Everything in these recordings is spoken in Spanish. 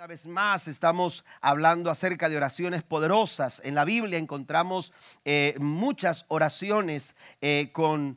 Una vez más estamos hablando acerca de oraciones poderosas. En la Biblia encontramos muchas oraciones con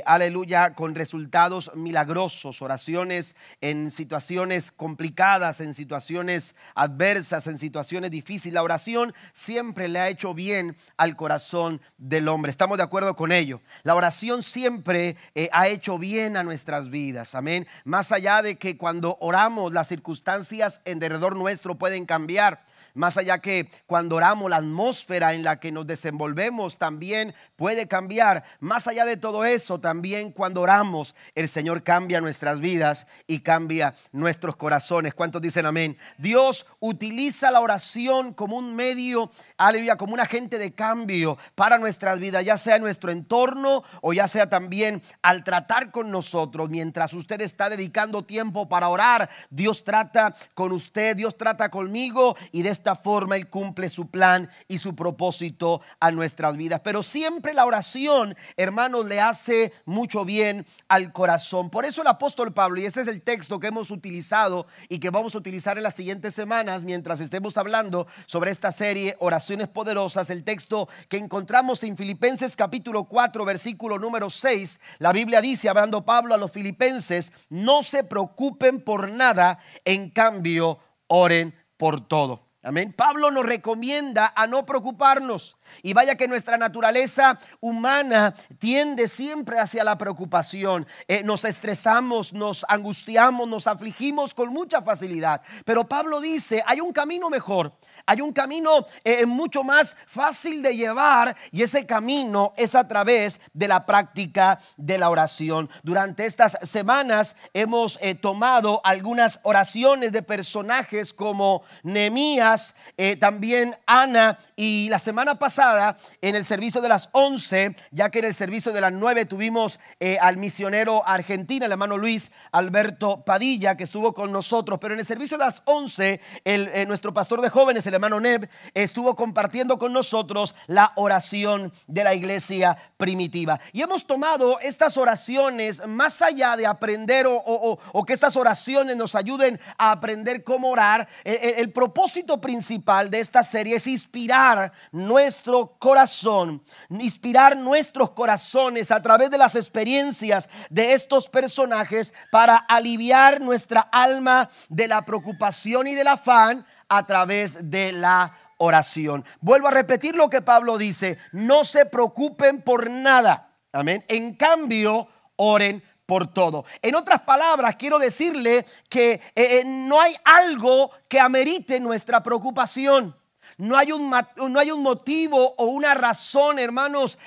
resultados milagrosos, oraciones en situaciones complicadas, en situaciones adversas, en situaciones difíciles. La oración siempre le ha hecho bien al corazón del hombre. ¿Estamos de acuerdo con ello? La oración siempre ha hecho bien a nuestras vidas. Amén. Más allá de que cuando oramos las circunstancias en derredor nuestro pueden cambiar, más allá que cuando oramos la atmósfera en la que nos desenvolvemos también puede cambiar. Más allá de todo eso, también cuando oramos el Señor cambia nuestras vidas y cambia nuestros corazones. ¿Cuántos dicen amén? Dios utiliza la oración como un medio, aleluya, como un agente de cambio para nuestras vidas, ya sea en nuestro entorno o ya sea también al tratar con nosotros. Mientras usted está dedicando tiempo para orar, Dios trata con usted, Dios trata conmigo, y de esta forma Él cumple su plan y su propósito a nuestras vidas. Pero siempre la oración, hermanos, le hace mucho bien al corazón. Por eso el apóstol Pablo, y ese es el texto que hemos utilizado y que vamos a utilizar en las siguientes semanas mientras estemos hablando sobre esta serie Oraciones Poderosas, el texto que encontramos en Filipenses capítulo 4 versículo número 6, la Biblia dice, hablando Pablo a los filipenses: no se preocupen por nada, en cambio oren por todo. Amén. Pablo nos recomienda a no preocuparnos. Y vaya que nuestra naturaleza humana tiende siempre hacia la preocupación. Nos estresamos, nos angustiamos, nos afligimos con mucha facilidad. Pero Pablo dice, hay un camino mejor. Hay un camino mucho más fácil de llevar, y ese camino es a través de la práctica de la oración. Durante estas semanas hemos tomado algunas oraciones de personajes como Nehemías, también Ana, y la semana pasada en el servicio de las 11, ya que en el servicio de las 9 tuvimos al misionero argentino, el hermano Luis Alberto Padilla, que estuvo con nosotros, pero en el servicio de las 11 nuestro pastor de jóvenes, el hermano Neb, estuvo compartiendo con nosotros la oración de la iglesia primitiva. Y hemos tomado estas oraciones más allá de aprender o que estas oraciones nos ayuden a aprender cómo orar. El propósito principal de esta serie es inspirar nuestro corazón, inspirar nuestros corazones a través de las experiencias de estos personajes para aliviar nuestra alma de la preocupación y del afán a través de la oración. Vuelvo a repetir lo que Pablo dice: no se preocupen por nada. Amén. En cambio, oren por todo. En otras palabras, quiero decirle que no hay algo que amerite nuestra preocupación. No hay un motivo o una razón, hermanos,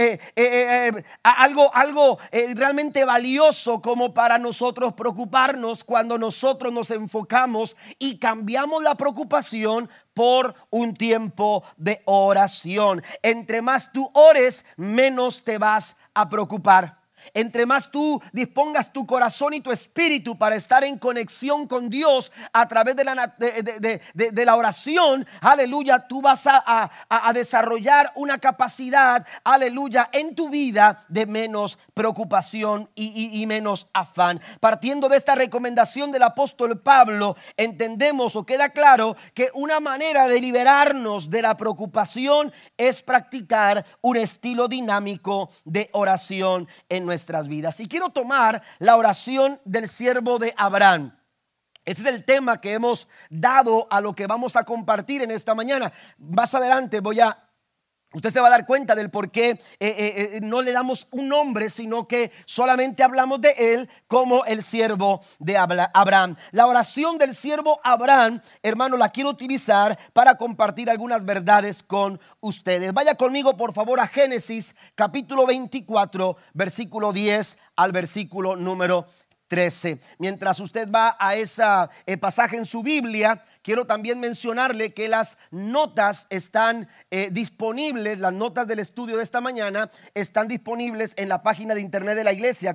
algo realmente valioso como para nosotros preocuparnos cuando nosotros nos enfocamos y cambiamos la preocupación por un tiempo de oración. Entre más tú ores, menos te vas a preocupar. Entre más tú dispongas tu corazón y tu espíritu para estar en conexión con Dios a través de la oración, aleluya, tú vas a desarrollar una capacidad, aleluya, en tu vida de menos preocupación y menos afán. Partiendo de esta recomendación del apóstol Pablo, entendemos o queda claro que una manera de liberarnos de la preocupación es practicar un estilo dinámico de oración en nuestras vidas. Y quiero tomar la oración del siervo de Abraham. Ese es el tema que hemos dado a lo que vamos a compartir en esta mañana. Más adelante usted se va a dar cuenta del por qué no le damos un nombre, sino que solamente hablamos de él como el siervo de Abraham. La oración del siervo Abraham, hermano, la quiero utilizar para compartir algunas verdades con ustedes. Vaya conmigo, por favor, a Génesis capítulo 24, versículo 10 al versículo número 13. Mientras usted va a ese pasaje en su Biblia, quiero también mencionarle que las notas están disponibles, las notas del estudio de esta mañana están disponibles en la página de internet de la iglesia,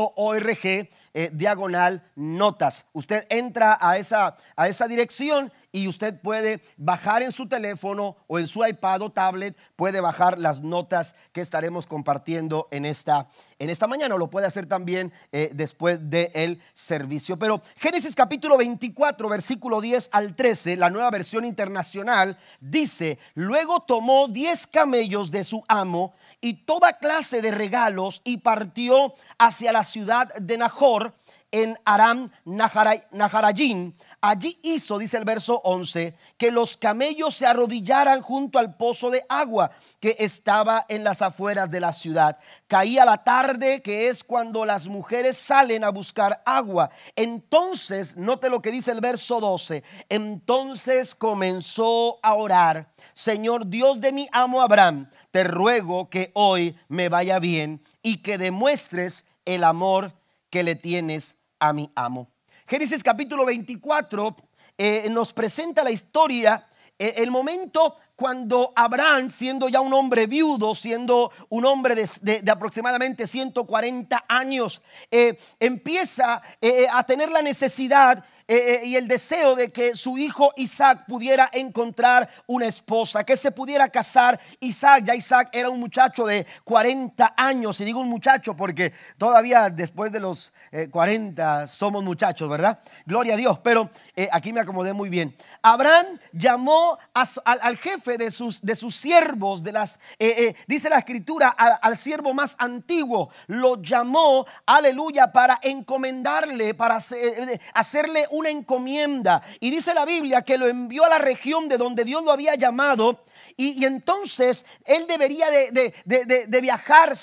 comunidadcristianaemanuel.org, diagonal notas. Usted entra a esa dirección y usted puede bajar en su teléfono o en su iPad o tablet, puede bajar las notas que estaremos compartiendo en esta mañana, o lo puede hacer también después del servicio. Pero Génesis capítulo 24, versículo 10 al 13, la Nueva Versión Internacional, dice: luego tomó 10 camellos de su amo y toda clase de regalos y partió hacia la ciudad de Nahor en Aram Naharayim. Allí hizo, dice el verso 11, que los camellos se arrodillaran junto al pozo de agua que estaba en las afueras de la ciudad. Caía la tarde, que es cuando las mujeres salen a buscar agua. Entonces, note lo que dice el verso 12, entonces comenzó a orar: Señor Dios de mi amo Abraham, te ruego que hoy me vaya bien y que demuestres el amor que le tienes a mi amo. Génesis capítulo 24 nos presenta la historia, el momento cuando Abraham, siendo ya un hombre viudo, siendo un hombre de aproximadamente 140 años, empieza a tener la necesidad y el deseo de que su hijo Isaac pudiera encontrar una esposa, que se pudiera casar. Isaac era un muchacho de 40 años, y digo un muchacho porque todavía después de los 40 somos muchachos, ¿verdad? Gloria a Dios, pero aquí me acomodé muy bien. Abraham llamó al jefe de sus siervos, dice la escritura, al siervo más antiguo, lo llamó, aleluya, para encomendarle, para hacerle una encomienda. Y dice la Biblia que lo envió a la región de donde Dios lo había llamado. Y entonces él debería de viajar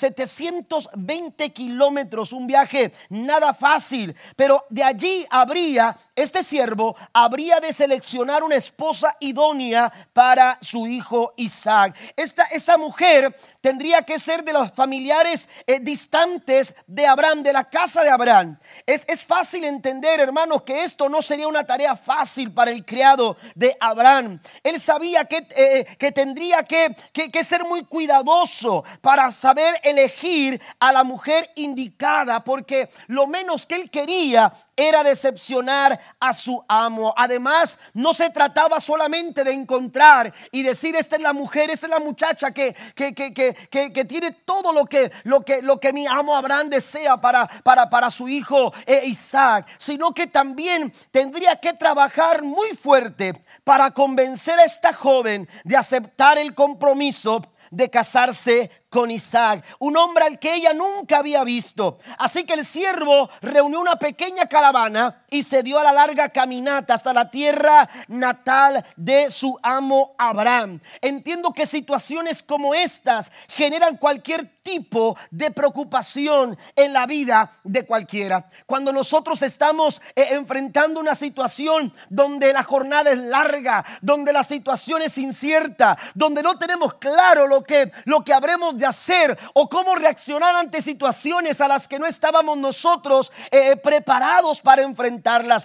720 kilómetros, un viaje nada fácil. Pero de allí este siervo habría de seleccionar una esposa idónea para su hijo Isaac. Esta mujer tendría que ser de los familiares distantes de Abraham, de la casa de Abraham. Es fácil entender, hermanos, que esto no sería una tarea fácil para el criado de Abraham. Él sabía que tendría que ser muy cuidadoso para saber elegir a la mujer indicada, porque lo menos que él quería era decepcionar a su amo. Además, no se trataba solamente de encontrar y decir: esta es la mujer, esta es la muchacha que tiene todo lo que mi amo Abraham desea para su hijo Isaac, sino que también tendría que trabajar muy fuerte para convencer a esta joven de aceptar el compromiso de casarse con Isaac, un hombre al que ella nunca había visto. Así que el siervo reunió una pequeña caravana y se dio a la larga caminata hasta la tierra natal de su amo Abraham. Entiendo que situaciones como estas generan cualquier tipo de preocupación en la vida de cualquiera. Cuando nosotros estamos enfrentando una situación donde la jornada es larga, donde la situación es incierta, donde no tenemos claro lo que habremos de hacer o cómo reaccionar ante situaciones a las que no estábamos nosotros preparados para enfrentarlas.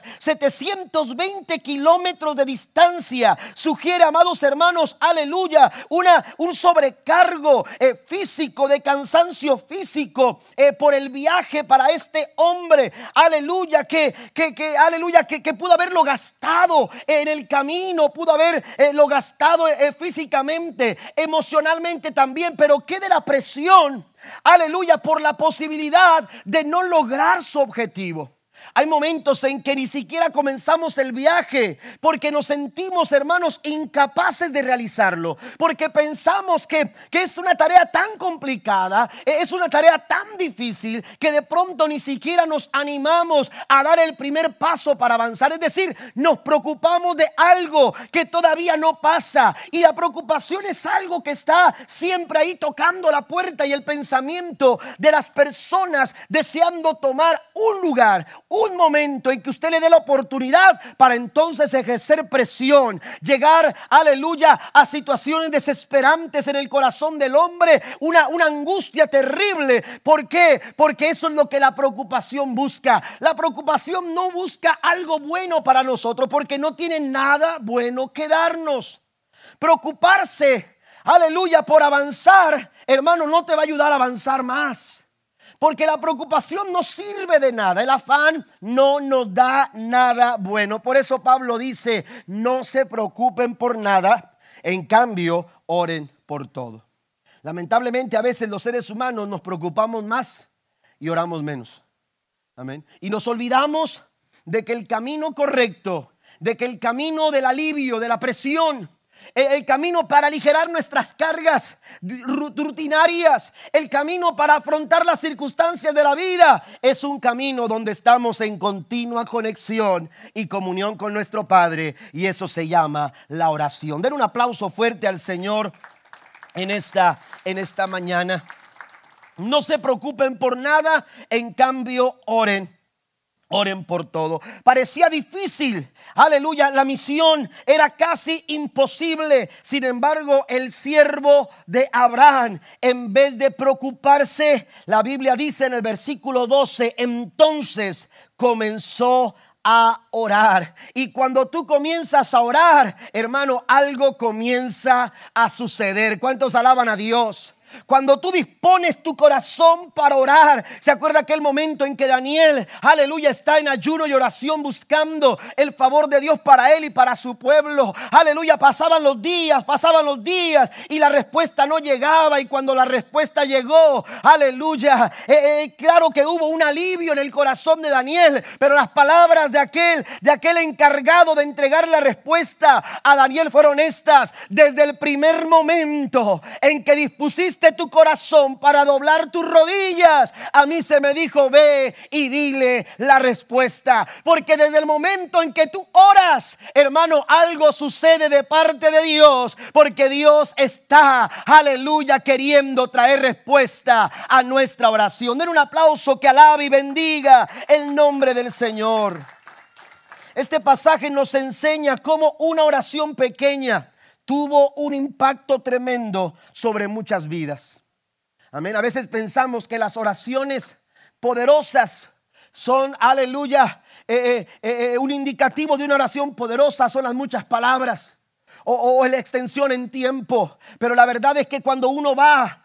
720 kilómetros de distancia sugiere, amados hermanos, aleluya, un sobrecargo físico, de cansancio físico por el viaje para este hombre, aleluya, que pudo haberlo gastado en el camino, pudo haberlo gastado físicamente, emocionalmente también, pero qué de la presión, aleluya, por la posibilidad de no lograr su objetivo. Hay momentos en que ni siquiera comenzamos el viaje porque nos sentimos, hermanos, incapaces de realizarlo, porque pensamos que es una tarea tan complicada, es una tarea tan difícil, que de pronto ni siquiera nos animamos a dar el primer paso para avanzar. Es decir, nos preocupamos de algo que todavía no pasa, y la preocupación es algo que está siempre ahí tocando la puerta y el pensamiento de las personas, deseando tomar un lugar, un momento en que usted le dé la oportunidad para entonces ejercer presión, llegar, aleluya, a situaciones desesperantes en el corazón del hombre, una angustia terrible. ¿Por qué? Porque eso es lo que la preocupación busca. La preocupación no busca algo bueno para nosotros, porque no tiene nada bueno que darnos. Preocuparse, aleluya, por avanzar, hermano, no te va a ayudar a avanzar más. Porque la preocupación no sirve de nada. El afán no nos da nada bueno. Por eso Pablo dice, no se preocupen por nada. En cambio, oren por todo. Lamentablemente a veces los seres humanos nos preocupamos más y oramos menos. Amén. Y nos olvidamos de que el camino correcto, de que el camino del alivio, de la presión, el camino para aligerar nuestras cargas rutinarias, el camino para afrontar las circunstancias de la vida, es un camino donde estamos en continua conexión y comunión con nuestro Padre, y eso se llama la oración. Den un aplauso fuerte al Señor en esta mañana. No se preocupen por nada, en cambio oren. Oren por todo. Parecía difícil, aleluya, la misión era casi imposible. Sin embargo, el siervo de Abraham, en vez de preocuparse, la Biblia dice en el versículo 12, entonces comenzó a orar. Y cuando tú comienzas a orar, hermano, algo comienza a suceder. ¿Cuántos alaban a Dios? Cuando tú dispones tu corazón para orar, ¿se acuerda aquel momento en que Daniel, aleluya, está en ayuno y oración buscando el favor de Dios para él y para su pueblo? Aleluya, pasaban los días y la respuesta no llegaba, y cuando la respuesta llegó, aleluya, claro que hubo un alivio en el corazón de Daniel, pero las palabras de aquel encargado de entregar la respuesta a Daniel fueron estas: desde el primer momento en que dispusiste tu corazón para doblar tus rodillas, a mí se me dijo, ve y dile la respuesta. Porque desde el momento en que tú oras, hermano, algo sucede de parte de Dios, porque Dios está, aleluya, queriendo traer respuesta a nuestra oración. Den un aplauso que alabe y bendiga el nombre del Señor. Este pasaje nos enseña cómo una oración pequeña tuvo un impacto tremendo sobre muchas vidas. Amén. A veces pensamos que las oraciones poderosas son, aleluya, un indicativo de una oración poderosa son las muchas palabras o la extensión en tiempo. Pero la verdad es que cuando uno va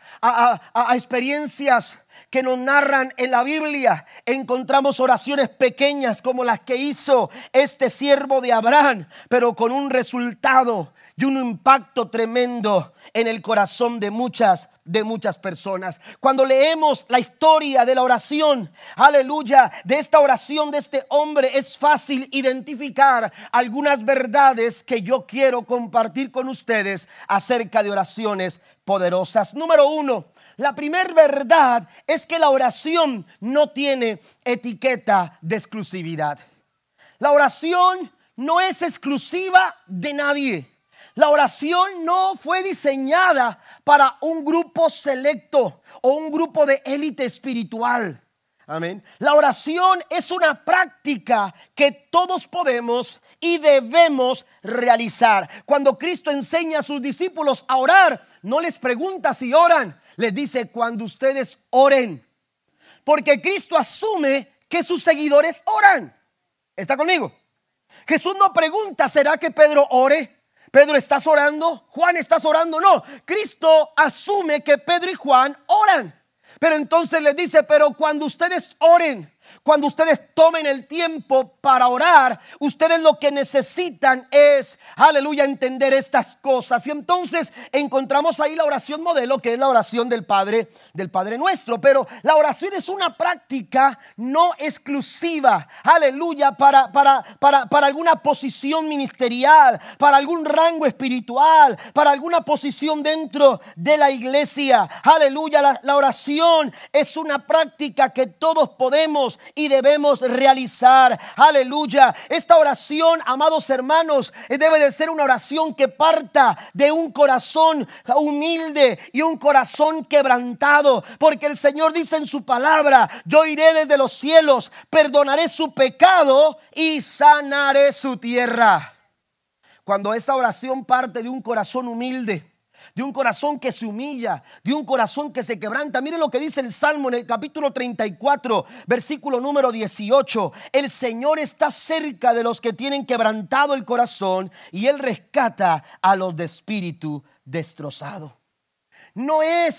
a experiencias que nos narran en la Biblia, encontramos oraciones pequeñas como las que hizo este siervo de Abraham, pero con un resultado y un impacto tremendo en el corazón de muchas personas. Cuando leemos la historia de la oración, aleluya, de esta oración de este hombre, es fácil identificar algunas verdades que yo quiero compartir con ustedes acerca de oraciones poderosas. Número uno, la primera verdad es que la oración no tiene etiqueta de exclusividad. La oración no es exclusiva de nadie. La oración no fue diseñada para un grupo selecto o un grupo de élite espiritual. Amén. La oración es una práctica que todos podemos y debemos realizar. Cuando Cristo enseña a sus discípulos a orar, no les pregunta si oran, les dice cuando ustedes oren. Porque Cristo asume que sus seguidores oran. ¿Está conmigo? Jesús no pregunta, ¿será que Pedro ore? Pedro, ¿estás orando? Juan, ¿estás orando? No, Cristo asume que Pedro y Juan oran. Pero entonces les dice, pero cuando ustedes oren, cuando ustedes tomen el tiempo para orar, ustedes lo que necesitan es, aleluya, entender estas cosas. Y entonces encontramos ahí la oración modelo, que es la oración del Padre Nuestro. Pero la oración es una práctica no exclusiva, aleluya, para alguna posición ministerial, para algún rango espiritual, para alguna posición dentro de la iglesia. Aleluya, la oración es una práctica que todos podemos y debemos realizar. Aleluya. Esta oración, amados hermanos, debe de ser una oración que parta de un corazón humilde y un corazón quebrantado, porque el Señor dice en su palabra, yo iré desde los cielos, perdonaré su pecado y sanaré su tierra. Cuando esta oración parte de un corazón humilde, de un corazón que se humilla, de un corazón que se quebranta. Miren lo que dice el Salmo en el capítulo 34, versículo número 18. El Señor está cerca de los que tienen quebrantado el corazón y Él rescata a los de espíritu destrozado. No es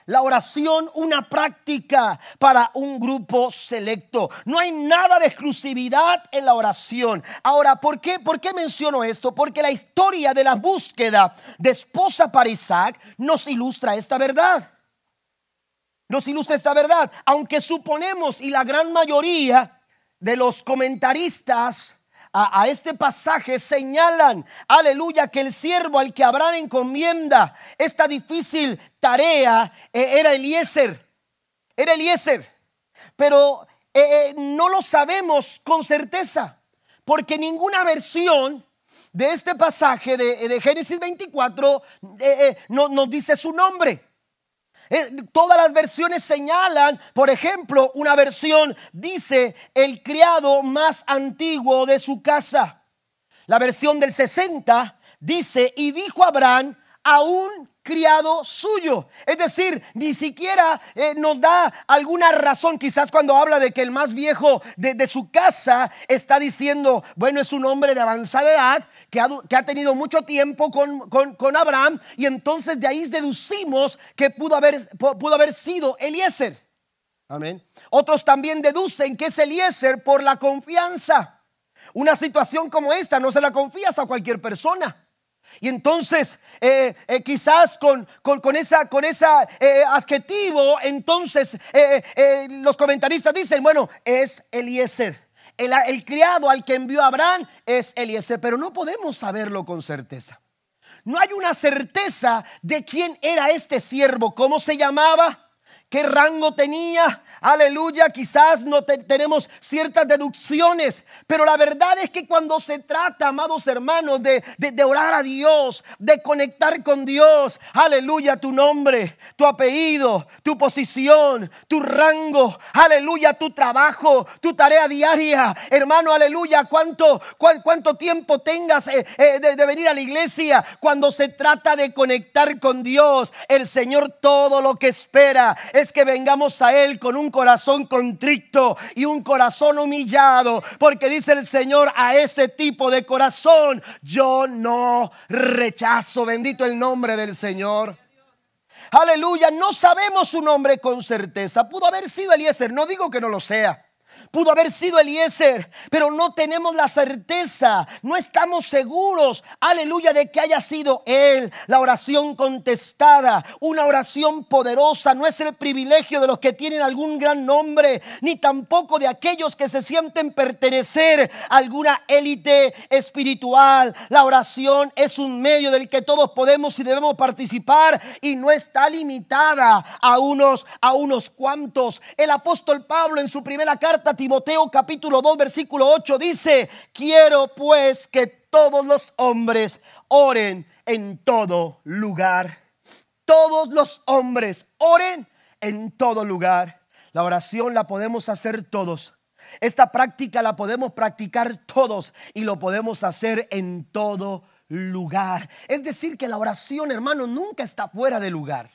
la oración una práctica para un grupo selecto. No hay nada de exclusividad en la oración. Ahora, ¿por qué menciono esto? Porque la historia de la búsqueda de esposa para Isaac nos ilustra esta verdad. Nos ilustra esta verdad. Aunque suponemos, y la gran mayoría de los comentaristas a este pasaje señalan, aleluya, que el siervo al que Abraham encomienda esta difícil tarea era Eliezer. Pero no lo sabemos con certeza, porque ninguna versión de este pasaje de Génesis 24 nos dice su nombre. Todas las versiones señalan, por ejemplo, una versión dice el criado más antiguo de su casa. La versión del 60 dice, y dijo Abraham a un criado suyo. Es decir, ni siquiera nos da alguna razón. Quizás cuando habla de que el más viejo de su casa está diciendo, bueno, es un hombre de avanzada edad que ha tenido mucho tiempo con Abraham, y entonces de ahí deducimos que pudo haber sido Eliezer. Amén. Otros también deducen que es Eliezer por la confianza. Una situación como esta no se la confías a cualquier persona. Y entonces quizás con ese adjetivo, entonces los comentaristas dicen, bueno, es Eliezer. El criado al que envió Abraham es Eliezer, pero no podemos saberlo con certeza. No hay una certeza de quién era este siervo, cómo se llamaba, qué rango tenía. Aleluya, quizás no tenemos ciertas deducciones, pero la verdad es que cuando se trata, amados hermanos, de orar a Dios, de conectar con Dios, aleluya, tu nombre, tu apellido, tu posición, tu rango, aleluya, tu trabajo, tu tarea diaria, hermano, aleluya, cuánto tiempo tengas de venir a la iglesia. Cuando se trata de conectar con Dios, el Señor todo lo que espera es que vengamos a Él con un corazón contrito y un corazón humillado, porque dice el Señor, a ese tipo de corazón yo no rechazo. Bendito el nombre del Señor. Aleluya, no sabemos su nombre con certeza. Pudo haber sido Eliezer, no digo que no lo sea. Pudo haber sido Eliezer, pero no tenemos la certeza, no estamos seguros, aleluya, de que haya sido él. La oración contestada, una oración poderosa, no es el privilegio de los que tienen algún gran nombre, ni tampoco de aquellos que se sienten pertenecer a alguna élite espiritual. La oración es un medio del que todos podemos y debemos participar, y no está limitada a unos cuantos. El apóstol Pablo en su primera carta a Timoteo capítulo 2 versículo 8 dice, quiero pues que todos los hombres oren en todo lugar. Todos los hombres oren en todo lugar. La oración la podemos hacer todos. Esta práctica la podemos practicar todos y lo podemos hacer en todo lugar. Es decir, que la oración, hermano, nunca está fuera de lugar.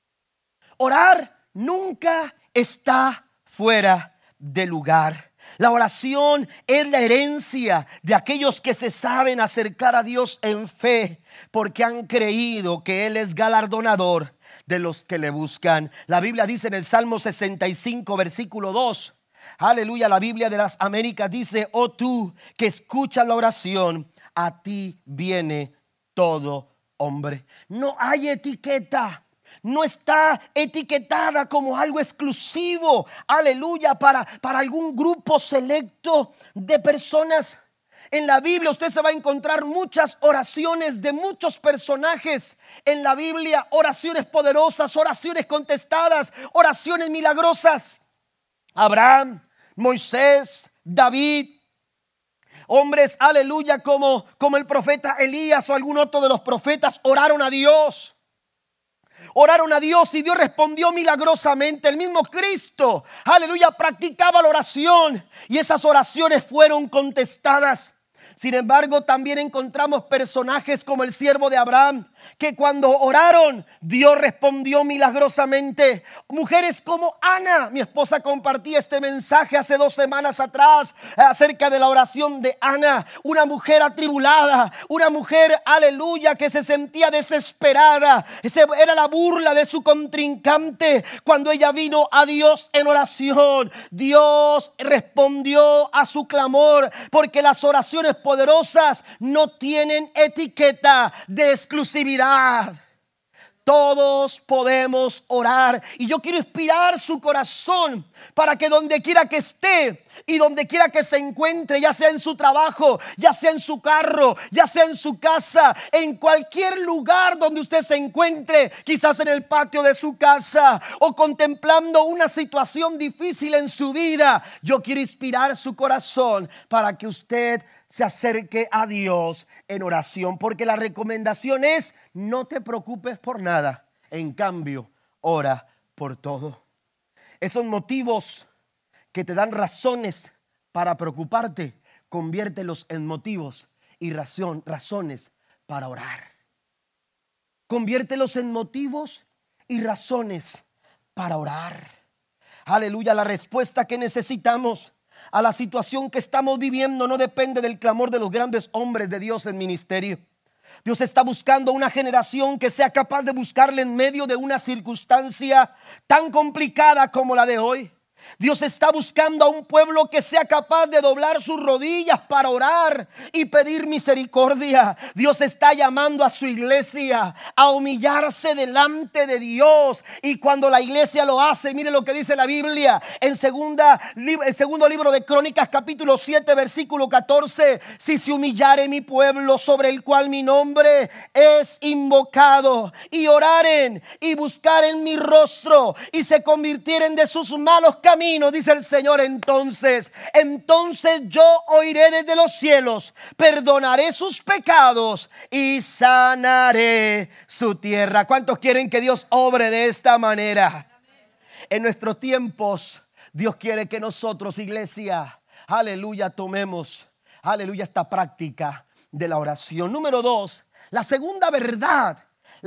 Orar nunca está fuera de lugar. La oración es la herencia de aquellos que se saben acercar a Dios en fe, porque han creído que Él es galardonador de los que le buscan. La Biblia dice en el Salmo 65 versículo 2, aleluya, la Biblia de las Américas dice, oh tú que escuchas la oración, a ti viene todo hombre. No hay etiqueta. No está etiquetada como algo exclusivo, aleluya, para algún grupo selecto de personas. En la Biblia usted se va a encontrar muchas oraciones de muchos personajes en la Biblia, oraciones poderosas, oraciones contestadas, oraciones milagrosas. Abraham, Moisés, David, hombres, aleluya, como el profeta Elías o algún otro de los profetas oraron a Dios. Oraron a Dios y Dios respondió milagrosamente. El mismo Cristo, aleluya, practicaba la oración y esas oraciones fueron contestadas. Sin embargo, también encontramos personajes como el siervo de Abraham, que cuando oraron, Dios respondió milagrosamente. Mujeres como Ana, mi esposa compartía este mensaje hace 2 semanas atrás acerca de la oración de Ana, una mujer atribulada, una mujer, aleluya, que se sentía desesperada. Esa era la burla de su contrincante. Cuando ella vino a Dios en oración, Dios respondió a su clamor, porque las oraciones poderosas no tienen etiqueta de exclusividad. Todos podemos orar, y yo quiero inspirar su corazón para que donde quiera que esté y donde quiera que se encuentre, ya sea en su trabajo, ya sea en su carro, ya sea en su casa, en cualquier lugar donde usted se encuentre, quizás en el patio de su casa o contemplando una situación difícil en su vida, yo quiero inspirar su corazón para que usted se acerque a Dios en oración, porque la recomendación es: no te preocupes por nada, en cambio, ora por todo. Esos motivos que te dan razones para preocuparte, conviértelos en motivos y razones para orar. Conviértelos en motivos y razones para orar. Aleluya, la respuesta que necesitamos a la situación que estamos viviendo no depende del clamor de los grandes hombres de Dios en ministerio. Dios está buscando una generación que sea capaz de buscarle en medio de una circunstancia tan complicada como la de hoy. Dios está buscando a un pueblo que sea capaz de doblar sus rodillas para orar y pedir misericordia. Dios está llamando a su iglesia a humillarse delante de Dios, y cuando la iglesia lo hace, mire lo que dice la Biblia en el segundo libro de Crónicas, capítulo 7, versículo 14: si se humillare mi pueblo, sobre el cual mi nombre es invocado, y oraren y buscaren mi rostro y se convirtieren de sus malos caminos, dice el Señor, entonces yo oiré desde los cielos, perdonaré sus pecados y sanaré su tierra. ¿Cuántos quieren que Dios obre de esta manera? En nuestros tiempos, Dios quiere que nosotros, iglesia, aleluya, tomemos, aleluya, esta práctica de la oración. Número 2, la segunda verdad,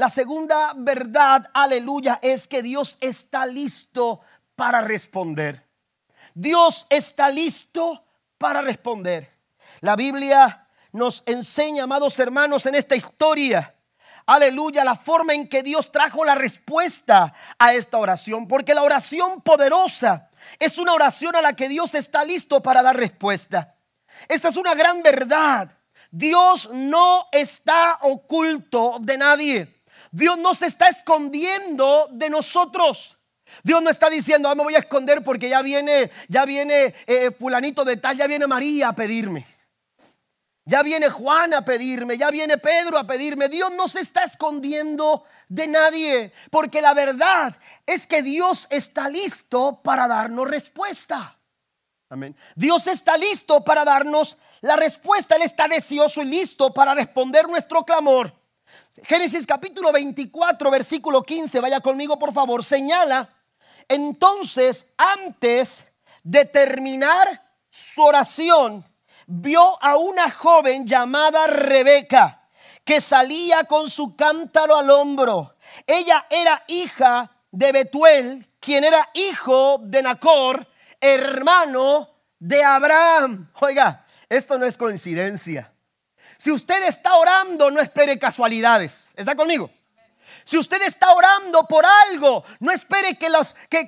aleluya, es que Dios está listo para responder. Dios está listo para responder. La Biblia nos enseña, amados hermanos, en esta historia, aleluya, la forma en que Dios trajo la respuesta a esta oración, porque la oración poderosa es una oración a la que Dios está listo para dar respuesta. Esta es una gran verdad. Dios no está oculto de nadie. Dios no se está escondiendo de nosotros. Dios no está diciendo: me voy a esconder porque ya viene fulanito de tal, ya viene María a pedirme, ya viene Juan a pedirme, ya viene Pedro a pedirme. Dios no se está escondiendo de nadie, porque la verdad es que Dios está listo para darnos respuesta. Amén. Dios está listo para darnos la respuesta. Él está deseoso y listo para responder nuestro clamor. Génesis capítulo 24, versículo 15, vaya conmigo por favor, señala: entonces, antes de terminar su oración, vio a una joven llamada Rebeca, que salía con su cántaro al hombro. Ella era hija de Betuel, quien era hijo de Nacor, hermano de Abraham. Oiga, esto no es coincidencia. Si usted está orando, no espere casualidades. ¿Está conmigo? Si usted está orando por algo, no espere que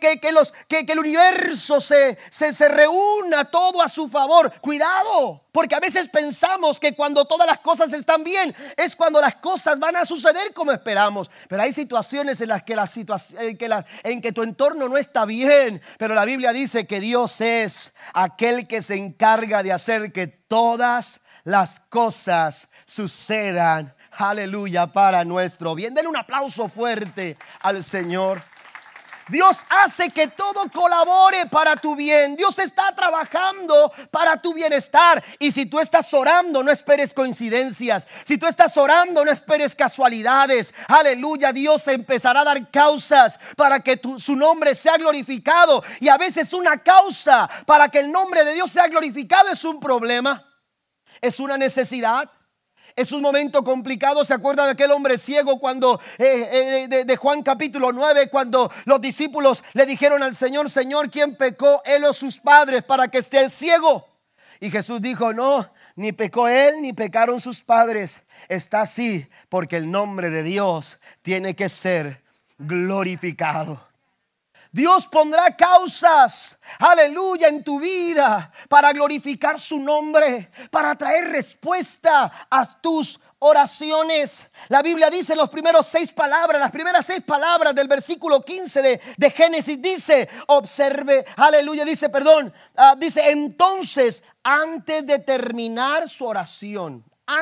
el universo se reúna todo a su favor. Cuidado, porque a veces pensamos que cuando todas las cosas están bien es cuando las cosas van a suceder como esperamos. Pero hay situaciones en las que en que tu entorno no está bien. Pero la Biblia dice que Dios es aquel que se encarga de hacer que todas las cosas sucedan, aleluya, para nuestro bien. Denle un aplauso fuerte al Señor. Dios hace que todo colabore para tu bien. Dios está trabajando para tu bienestar. Y si tú estás orando, no esperes coincidencias. Si tú estás orando, no esperes casualidades. Aleluya, Dios empezará a dar causas para que su nombre sea glorificado. Y a veces una causa para que el nombre de Dios sea glorificado es un problema. Es una necesidad. Es un momento complicado. ¿Se acuerda de aquel hombre ciego cuando de Juan capítulo 9, cuando los discípulos le dijeron al Señor: Señor, ¿quién pecó, él o sus padres, para que esté ciego? Y Jesús dijo: no, ni pecó él ni pecaron sus padres. Está así porque el nombre de Dios tiene que ser glorificado. Dios pondrá causas, aleluya, en tu vida para glorificar su nombre, para traer respuesta a tus oraciones. La Biblia dice las primeras 6 palabras del versículo 15 de Génesis, dice, observe, aleluya, dice entonces, antes de terminar su oración,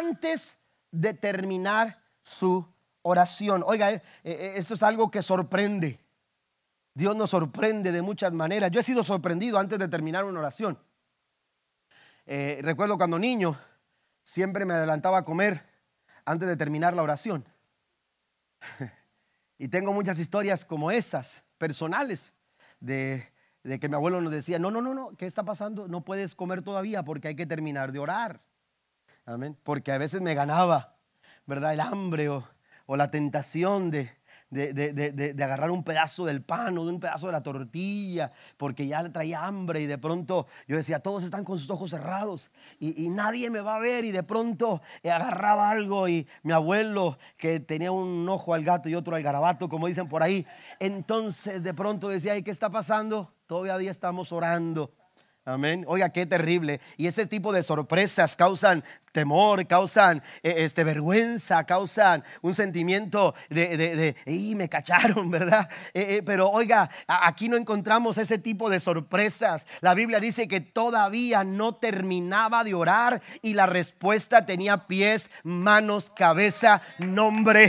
oiga, esto es algo que sorprende. Dios nos sorprende de muchas maneras. Yo he sido sorprendido antes de terminar una oración. Recuerdo cuando niño, siempre me adelantaba a comer antes de terminar la oración. Y tengo muchas historias como esas, personales, de que mi abuelo nos decía: no, ¿qué está pasando? No puedes comer todavía porque hay que terminar de orar. Amén. Porque a veces me ganaba, ¿verdad?, el hambre o la tentación de agarrar un pedazo del pan o de un pedazo de la tortilla, porque ya le traía hambre. Y de pronto yo decía: todos están con sus ojos cerrados y nadie me va a ver. Y de pronto agarraba algo, y mi abuelo, que tenía un ojo al gato y otro al garabato, como dicen por ahí, entonces de pronto decía: ¿y qué está pasando? Todavía estamos orando. Amén. Oiga, qué terrible. Y ese tipo de sorpresas causan temor, causan vergüenza, causan un sentimiento de me cacharon, ¿verdad? Pero oiga, aquí no encontramos ese tipo de sorpresas. La Biblia dice que todavía no terminaba de orar y la respuesta tenía pies, manos, cabeza, nombre.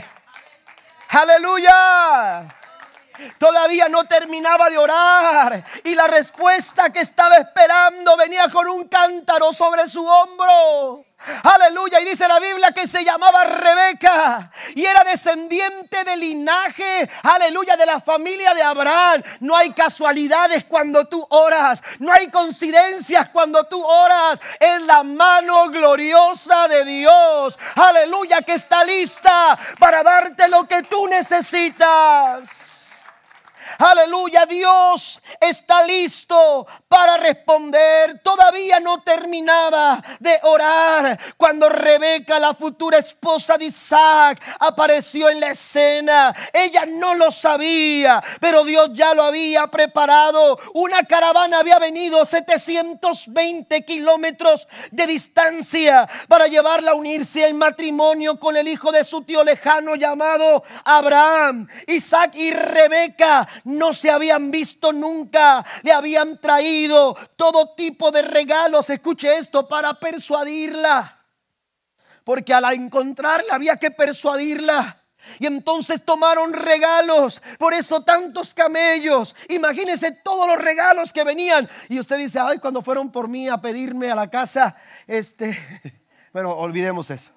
¡Aleluya! Todavía no terminaba de orar y la respuesta que estaba esperando venía con un cántaro sobre su hombro. Aleluya. Y dice la Biblia que se llamaba Rebeca y era descendiente del linaje, aleluya, de la familia de Abraham. No hay casualidades cuando tú oras, no hay coincidencias cuando tú oras. Es la mano gloriosa de Dios, aleluya, que está lista para darte lo que tú necesitas. Aleluya, Dios está listo para responder. Todavía no terminaba de orar cuando Rebeca, la futura esposa de Isaac, apareció en la escena. Ella no lo sabía, pero Dios ya lo había preparado. Una caravana había venido 720 kilómetros de distancia para llevarla a unirse en matrimonio con el hijo de su tío lejano llamado Abraham. Isaac y Rebeca no se habían visto nunca. Le habían traído todo tipo de regalos, escuche esto, para persuadirla, porque al encontrarla había que persuadirla. Y entonces tomaron regalos, por eso tantos camellos. Imagínense todos los regalos que venían. Y usted dice: ay, cuando fueron por mí a pedirme a la casa, bueno, olvidemos eso.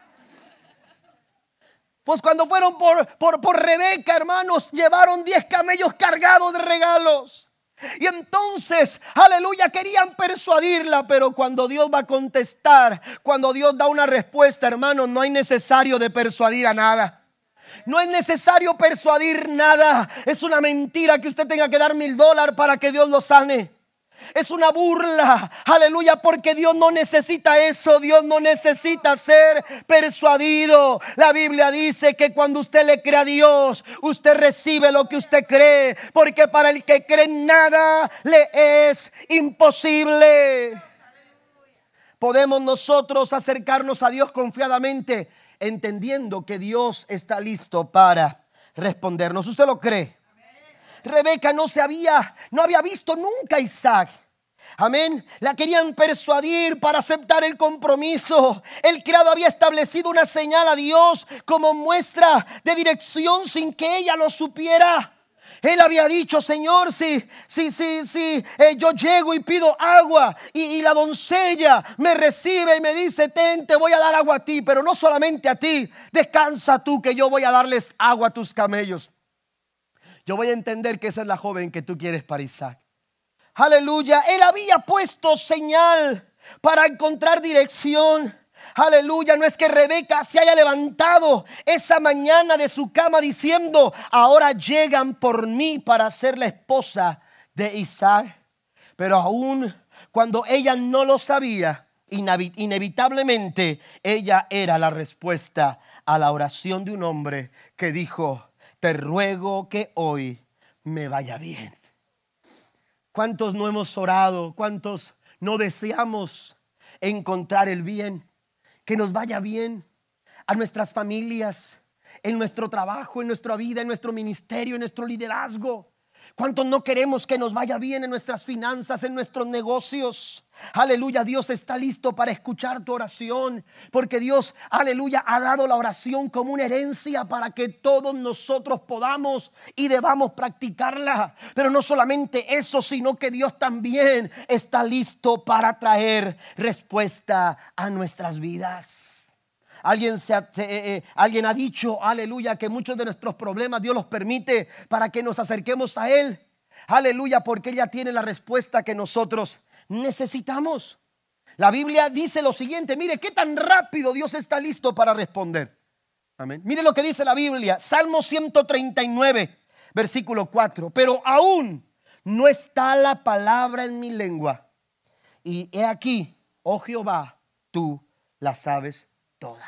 Pues cuando fueron por Rebeca, hermanos, llevaron 10 camellos cargados de regalos. Y entonces, aleluya, querían persuadirla. Pero cuando Dios va a contestar, cuando Dios da una respuesta, hermanos, no hay necesario de persuadir a nada. No es necesario persuadir nada. Es una mentira que usted tenga que dar $1000 para que Dios lo sane. Es una burla, aleluya, porque Dios no necesita eso. Dios no necesita ser persuadido. La Biblia dice que cuando usted le cree a Dios, usted recibe lo que usted cree, porque para el que cree nada le es imposible. Podemos nosotros acercarnos a Dios confiadamente, entendiendo que Dios está listo para respondernos. ¿Usted lo cree? Rebeca no había visto nunca a Isaac. Amén. La querían persuadir para aceptar el compromiso. El criado había establecido una señal a Dios como muestra de dirección sin que ella lo supiera. Él había dicho: Señor, si yo llego y pido agua y la doncella me recibe y me dice: ten, te voy a dar agua a ti, pero no solamente a ti, descansa tú, que yo voy a darles agua a tus camellos. Yo voy a entender que esa es la joven que tú quieres para Isaac. Aleluya. Él había puesto señal para encontrar dirección. Aleluya, no es que Rebeca se haya levantado esa mañana de su cama diciendo: ahora llegan por mí para ser la esposa de Isaac. Pero aún cuando ella no lo sabía, inevitablemente ella era la respuesta a la oración de un hombre que dijo: te ruego que hoy me vaya bien. ¿Cuántos no hemos orado? ¿Cuántos no deseamos encontrar el bien? Que nos vaya bien a nuestras familias, en nuestro trabajo, en nuestra vida, en nuestro ministerio, en nuestro liderazgo. ¿Cuántos no queremos que nos vaya bien en nuestras finanzas, en nuestros negocios? Aleluya, Dios está listo para escuchar tu oración, porque Dios, aleluya, ha dado la oración como una herencia para que todos nosotros podamos y debamos practicarla. Pero no solamente eso, sino que Dios también está listo para traer respuesta a nuestras vidas. Alguien ha dicho, aleluya, que muchos de nuestros problemas Dios los permite para que nos acerquemos a Él. Aleluya, porque ella tiene la respuesta que nosotros necesitamos. La Biblia dice lo siguiente: mire qué tan rápido Dios está listo para responder. Amén. Mire lo que dice la Biblia, Salmo 139, versículo 4. Pero aún no está la palabra en mi lengua, y he aquí, oh Jehová, tú la sabes toda.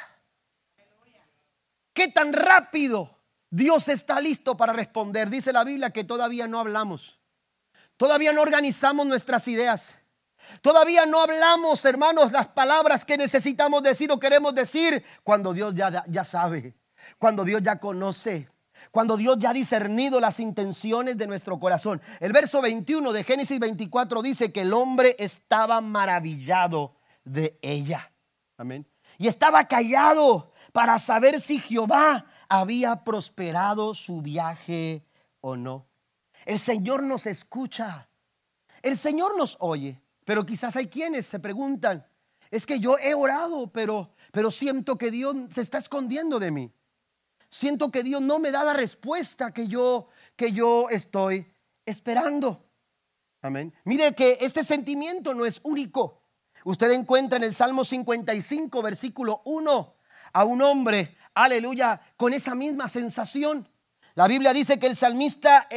¿Qué tan rápido Dios está listo para responder? Dice la Biblia que todavía no hablamos, todavía no organizamos nuestras ideas, todavía no hablamos, hermanos, las palabras que necesitamos decir o queremos decir, cuando Dios ya sabe, cuando Dios ya conoce, cuando Dios ya ha discernido las intenciones de nuestro corazón. El verso 21 de Génesis 24 dice que el hombre estaba maravillado de ella. Amén. Y estaba callado para saber si Jehová había prosperado su viaje o no. El Señor nos escucha, el Señor nos oye. Pero quizás hay quienes se preguntan: es que yo he orado, pero siento que Dios se está escondiendo de mí. Siento que Dios no me da la respuesta que yo estoy esperando. Amén. Mire que este sentimiento no es único. Usted encuentra en el Salmo 55, versículo 1, a un hombre, aleluya, con esa misma sensación. La Biblia dice que el salmista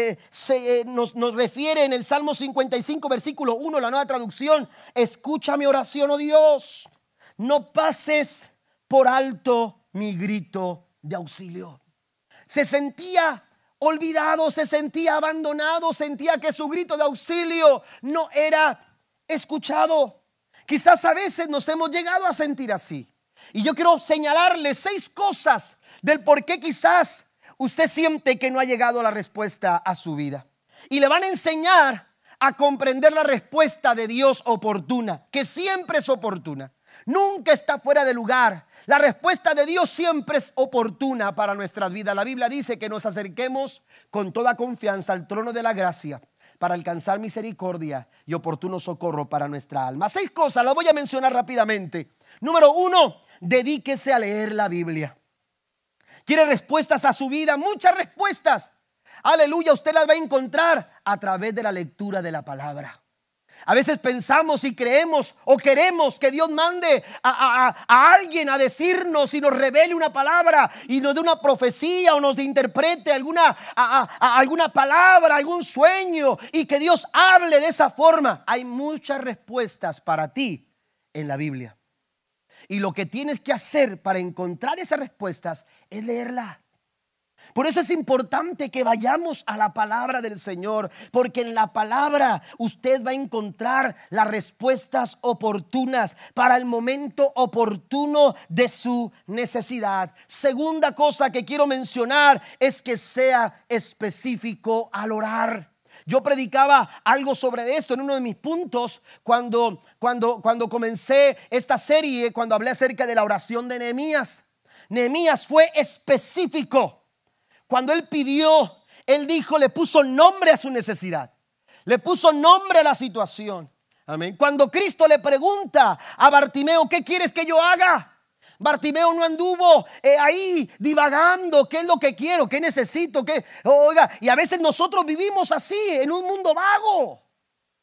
nos refiere en el Salmo 55, versículo 1, la Nueva Traducción: escucha mi oración, oh Dios, no pases por alto mi grito de auxilio. Se sentía olvidado, se sentía abandonado, sentía que su grito de auxilio no era escuchado. Quizás a veces nos hemos llegado a sentir así. Y yo quiero señalarle 6 cosas del por qué quizás usted siente que no ha llegado la respuesta a su vida. Y le van a enseñar a comprender la respuesta de Dios oportuna, que siempre es oportuna. Nunca está fuera de lugar. La respuesta de Dios siempre es oportuna para nuestras vidas. La Biblia dice que nos acerquemos con toda confianza al trono de la gracia para alcanzar misericordia y oportuno socorro para nuestra alma. 6 cosas, las voy a mencionar rápidamente. Número 1, dedíquese a leer la Biblia. ¿Quiere respuestas a su vida? Muchas respuestas. Aleluya, usted las va a encontrar a través de la lectura de la palabra. A veces pensamos y creemos o queremos que Dios mande a alguien a decirnos y nos revele una palabra y nos dé una profecía o nos interprete alguna palabra, algún sueño, y que Dios hable de esa forma. Hay muchas respuestas para ti en la Biblia. Y lo que tienes que hacer para encontrar esas respuestas es leerla. Por eso es importante que vayamos a la palabra del Señor, porque en la palabra usted va a encontrar las respuestas oportunas para el momento oportuno de su necesidad. Segunda cosa que quiero mencionar es que sea específico al orar. Yo predicaba algo sobre esto en uno de mis puntos cuando comencé esta serie, cuando hablé acerca de la oración de Nehemías. Nehemías fue específico. Cuando él pidió, él dijo, le puso nombre a su necesidad, le puso nombre a la situación. Amén. Cuando Cristo le pregunta a Bartimeo: ¿qué quieres que yo haga? Bartimeo no anduvo ahí divagando, ¿qué es lo que quiero? ¿Qué necesito? ¿Qué? Oiga, y a veces nosotros vivimos así, en un mundo vago.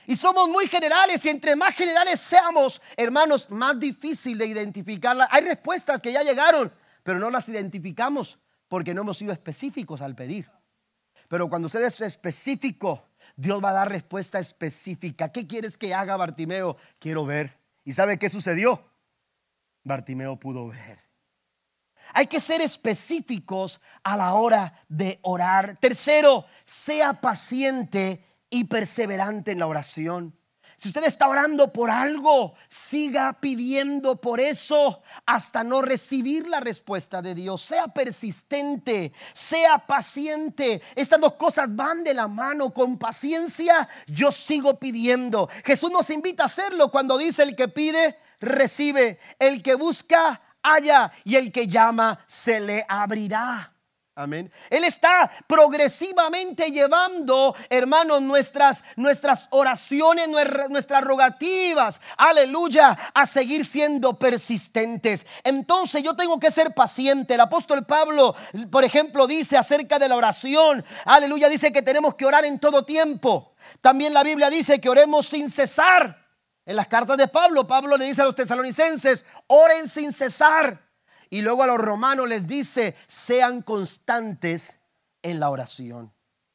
Y somos muy generales, y entre más generales seamos, hermanos, más difícil de identificarla. Hay respuestas que ya llegaron, pero no las identificamos porque no hemos sido específicos al pedir. Pero cuando usted es específico, Dios va a dar respuesta específica. ¿Qué quieres que haga, Bartimeo? Quiero ver. ¿Y sabe qué sucedió? Bartimeo pudo ver. Hay que ser específicos a la hora de orar. Tercero, sea paciente y perseverante en la oración. Si usted está orando por algo, siga pidiendo por eso hasta no recibir la respuesta de Dios. Sea persistente, sea paciente. Estas dos cosas van de la mano. Con paciencia yo sigo pidiendo. Jesús nos invita a hacerlo cuando dice: el que pide, recibe. El que busca, halla. Y el que llama, se le abrirá. Amén. Él está progresivamente llevando, hermanos, nuestras oraciones, nuestras rogativas, aleluya, a seguir siendo persistentes. Entonces yo tengo que ser paciente. El apóstol Pablo, por ejemplo, dice acerca de la oración, aleluya, dice que tenemos que orar en todo tiempo. También la Biblia dice que oremos sin cesar. En las cartas de Pablo, Pablo le dice a los tesalonicenses: oren sin cesar. Y luego a los romanos les dice: sean constantes en la oración.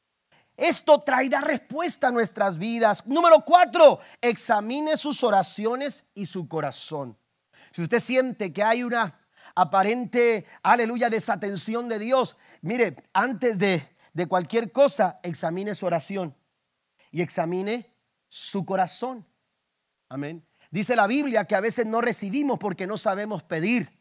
Esto traerá respuesta a nuestras vidas. Número 4, examine sus oraciones y su corazón. Si usted siente que hay una aparente, aleluya, desatención de Dios, mire, antes de cualquier cosa, examine su oración y examine su corazón. Amén. Dice la Biblia que a veces no recibimos porque no sabemos pedir.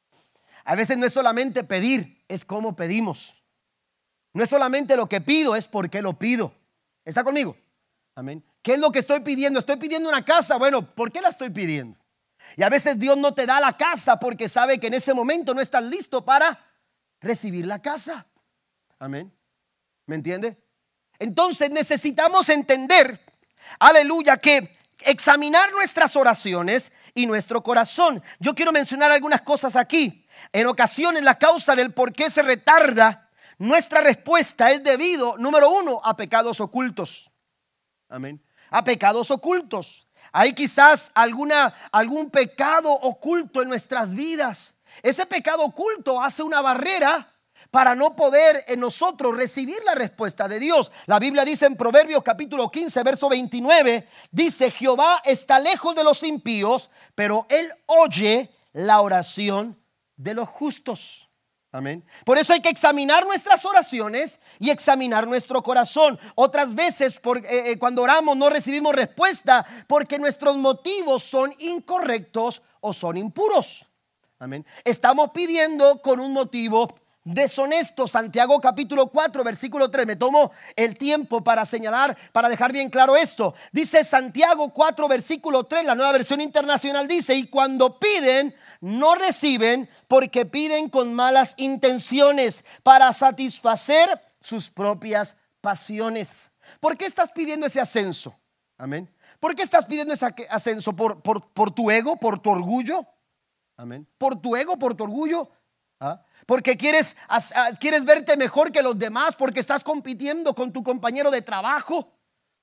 A veces no es solamente pedir, es cómo pedimos. No es solamente lo que pido, es por qué lo pido. ¿Está conmigo? Amén. ¿Qué es lo que estoy pidiendo? Estoy pidiendo una casa. Bueno, ¿por qué la estoy pidiendo? Y a veces Dios no te da la casa porque sabe que en ese momento no estás listo para recibir la casa. Amén. ¿Me entiende? Entonces necesitamos entender, aleluya, que examinar nuestras oraciones y nuestro corazón. Yo quiero mencionar algunas cosas aquí. En ocasiones la causa del por qué se retarda nuestra respuesta es debido, número 1, a pecados ocultos. Amén. A pecados ocultos. Hay quizás algún pecado oculto en nuestras vidas. Ese pecado oculto hace una barrera para no poder en nosotros recibir la respuesta de Dios. La Biblia dice en Proverbios capítulo 15, verso 29, dice: Jehová está lejos de los impíos, pero él oye la oración de los justos. Amén. Por eso hay que examinar nuestras oraciones y examinar nuestro corazón. Otras veces cuando oramos no recibimos respuesta porque nuestros motivos son incorrectos o son impuros. Amén. Estamos pidiendo con un motivo deshonesto. Santiago capítulo 4 versículo 3. Me tomo el tiempo para señalar, para dejar bien claro esto. Dice Santiago 4 versículo 3, la Nueva Versión Internacional dice: y cuando piden, no reciben porque piden con malas intenciones para satisfacer sus propias pasiones. ¿Por qué estás pidiendo ese ascenso? Amén. ¿Por qué estás pidiendo ese ascenso? ¿Por tu ego? ¿Por tu orgullo? Amén. ¿Por tu ego? ¿Por tu orgullo? ¿Ah? Porque quieres verte mejor que los demás, porque estás compitiendo con tu compañero de trabajo.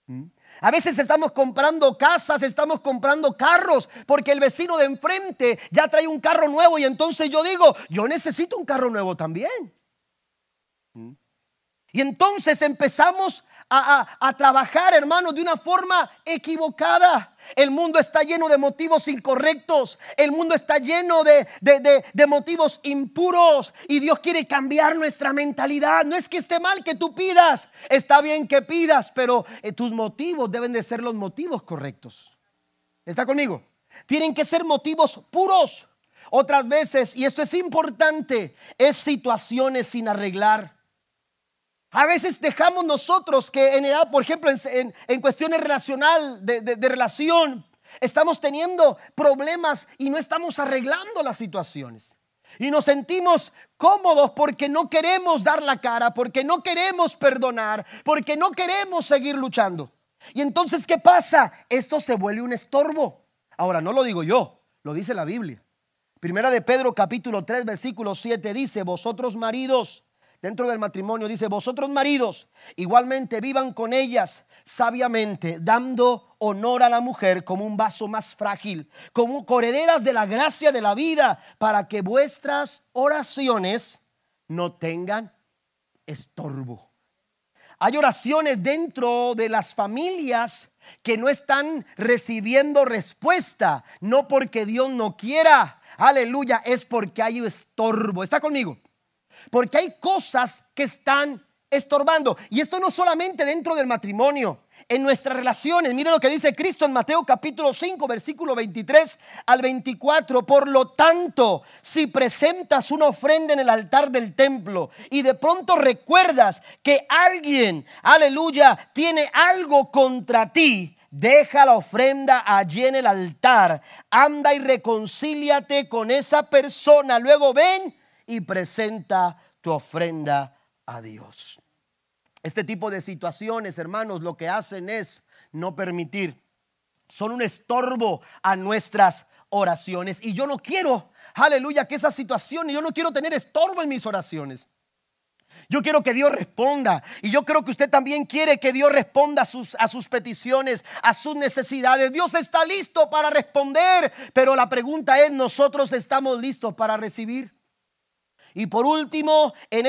A veces estamos comprando casas, estamos comprando carros porque el vecino de enfrente ya trae un carro nuevo y entonces yo digo: yo necesito un carro nuevo también. Y entonces empezamos a trabajar, hermanos, de una forma equivocada. El mundo está lleno de motivos incorrectos. El mundo está lleno de motivos impuros. Y Dios quiere cambiar nuestra mentalidad. No es que esté mal que tú pidas. Está bien que pidas, pero tus motivos deben de ser los motivos correctos. ¿Está conmigo? Tienen que ser motivos puros. Otras veces, y esto es importante, es situaciones sin arreglar. A veces dejamos nosotros que por ejemplo en cuestiones de relación, estamos teniendo problemas y no estamos arreglando las situaciones. Y nos sentimos cómodos porque no queremos dar la cara, porque no queremos perdonar, porque no queremos seguir luchando. Y entonces, ¿qué pasa? Esto se vuelve un estorbo. Ahora, no lo digo yo, lo dice la Biblia. Primera de Pedro capítulo 3 versículo 7 dice: vosotros maridos, dentro del matrimonio, dice: vosotros maridos igualmente vivan con ellas sabiamente, dando honor a la mujer como un vaso más frágil, como correderas de la gracia de la vida, para que vuestras oraciones no tengan estorbo. Hay oraciones dentro de las familias que no están recibiendo respuesta, no porque Dios no quiera, aleluya, es porque hay estorbo. ¿Está conmigo? Porque hay cosas que están estorbando. Y esto no solamente dentro del matrimonio, en nuestras relaciones. Mire lo que dice Cristo en Mateo capítulo 5 versículo 23 al 24. Por lo tanto, si presentas una ofrenda en el altar del templo y de pronto recuerdas que alguien, aleluya, tiene algo contra ti, deja la ofrenda allí en el altar, anda y reconcíliate con esa persona, luego ven y presenta tu ofrenda a Dios. Este tipo de situaciones, hermanos, lo que hacen es no permitir, son un estorbo a nuestras oraciones. Y yo no quiero, aleluya, que esa situación, yo no quiero tener estorbo en mis oraciones. Yo quiero que Dios responda, y yo creo que usted también quiere que Dios responda a sus peticiones, a sus necesidades. Dios está listo para responder, pero la pregunta es: ¿nosotros estamos listos para recibir? Y por último, en